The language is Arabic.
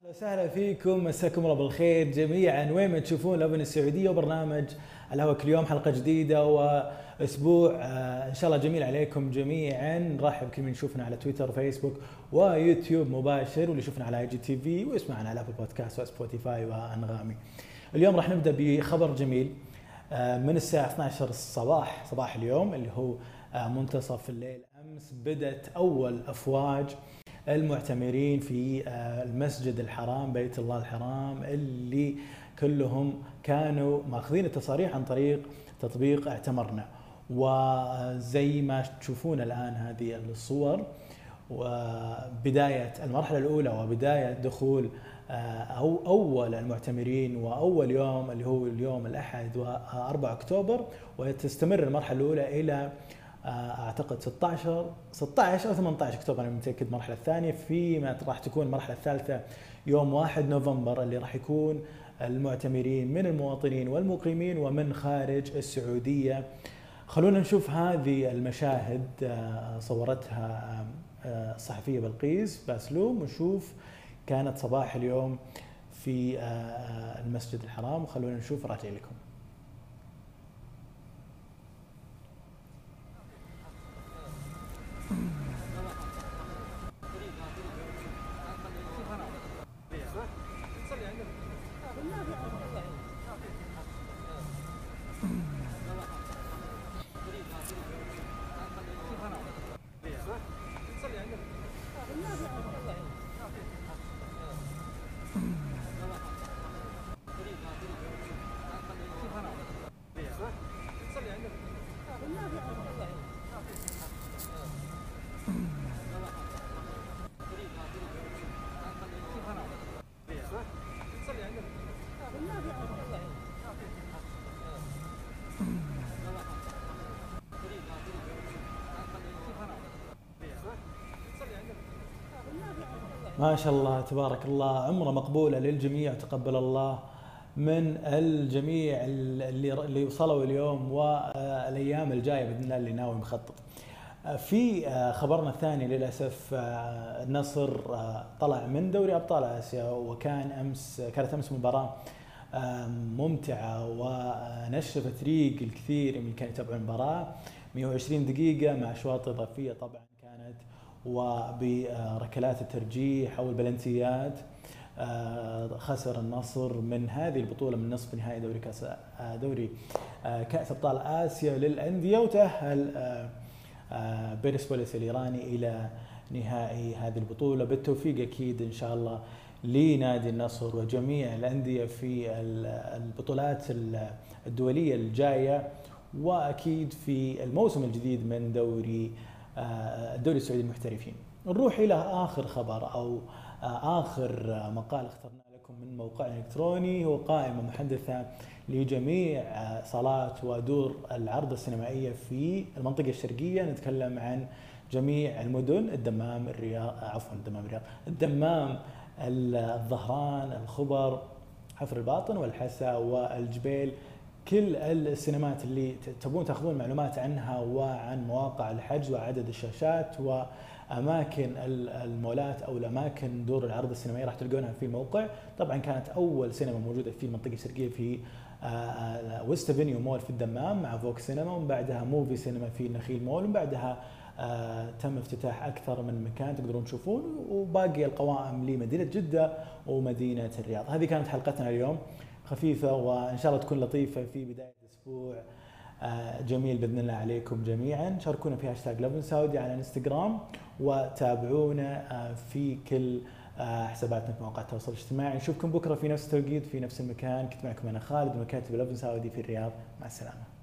وسهلا فيكم، مساكم الله بالخير جميعا وين ما تشوفون لبن السعوديه وبرنامج الهواء كل يوم حلقه جديده واسبوع ان شاء الله جميل عليكم جميعا. نرحب كل من يشوفنا على تويتر وفيسبوك ويوتيوب مباشر، واللي يشوفنا على اي جي تي في ويسمعنا على ابل بودكاست وسبوتيفاي وانغامي. اليوم راح نبدا بخبر جميل من الساعه 12 الصباح صباح اليوم اللي هو منتصف الليل. امس بدت اول افواج المعتمرين في المسجد الحرام بيت الله الحرام، اللي كلهم كانوا ماخذين التصاريح عن طريق تطبيق اعتمرنا. وزي ما تشوفون الآن هذه الصور، وبداية المرحلة الأولى وبداية دخول أول المعتمرين وأول يوم اللي هو اليوم الأحد و4 أكتوبر، وتستمر المرحلة الأولى إلى اعتقد 16 او 18 اكتوبر، انا متاكد. المرحله الثانيه فيما راح تكون المرحله الثالثه يوم 1 نوفمبر، اللي راح يكون المعتمرين من المواطنين والمقيمين ومن خارج السعوديه. خلونا نشوف هذه المشاهد صورتها الصحفيه بلقيس باسلوم، ونشوف كانت صباح اليوم في المسجد الحرام. وخلونا نشوف، راجع لكم. ما شاء الله تبارك الله، عمره مقبولة للجميع، تقبل الله من الجميع اللي وصلوا اليوم والايام الجايه باذن الله اللي ناوي مخطط. في خبرنا الثاني للاسف، النصر طلع من دوري ابطال اسيا، كانت امس مباراه ممتعه ونشفت ريق الكثير من كانوا يتابعون المباراه. 120 دقيقه مع اشواط اضافيه طبعا كانت، وبركلات الترجيح او البلنتيات. خسر النصر من هذه البطوله من نصف نهائي دوري كأس ابطال اسيا للانديه، وتأهل بيرسبوليس الايراني الى نهائي هذه البطوله. بالتوفيق اكيد ان شاء الله لنادي النصر وجميع الانديه في البطولات الدوليه الجايه، واكيد في الموسم الجديد من الدوري السعودي المحترفين. نروح الى اخر خبر او اخر مقال اخترنا لكم من موقع الكتروني، هو قائمه محدثه لجميع صالات ودور العرض السينمائيه في المنطقه الشرقيه. نتكلم عن جميع المدن، الدمام، الدمام، الظهران، الخبر، حفر الباطن والحسا والجبيل. كل السينمات اللي تبون تاخذون معلومات عنها وعن مواقع الحجز وعدد الشاشات واماكن المولات او الاماكن دور العرض السينمائي راح تلقونها في الموقع. طبعا كانت اول سينما موجوده في المنطقه الشرقيه في ويست افنيو مول في الدمام مع فوكس سينما، ومن بعدها موفي سينما في النخيل مول، ومن بعدها تم افتتاح اكثر من مكان تقدرون تشوفون، وباقي القوائم لمدينه جده ومدينه الرياض. هذه كانت حلقتنا اليوم، خفيفة وإن شاء الله تكون لطيفة في بداية أسبوع جميل بإذن الله عليكم جميعا. شاركونا في هاشتاج لبن سعودي على انستغرام، وتابعونا في كل حساباتنا في مواقع التواصل الاجتماعي. نشوفكم بكرة في نفس التوقيت في نفس المكان. كنت معكم أنا خالد، مكاتب لبن سعودي في الرياض. مع السلامة.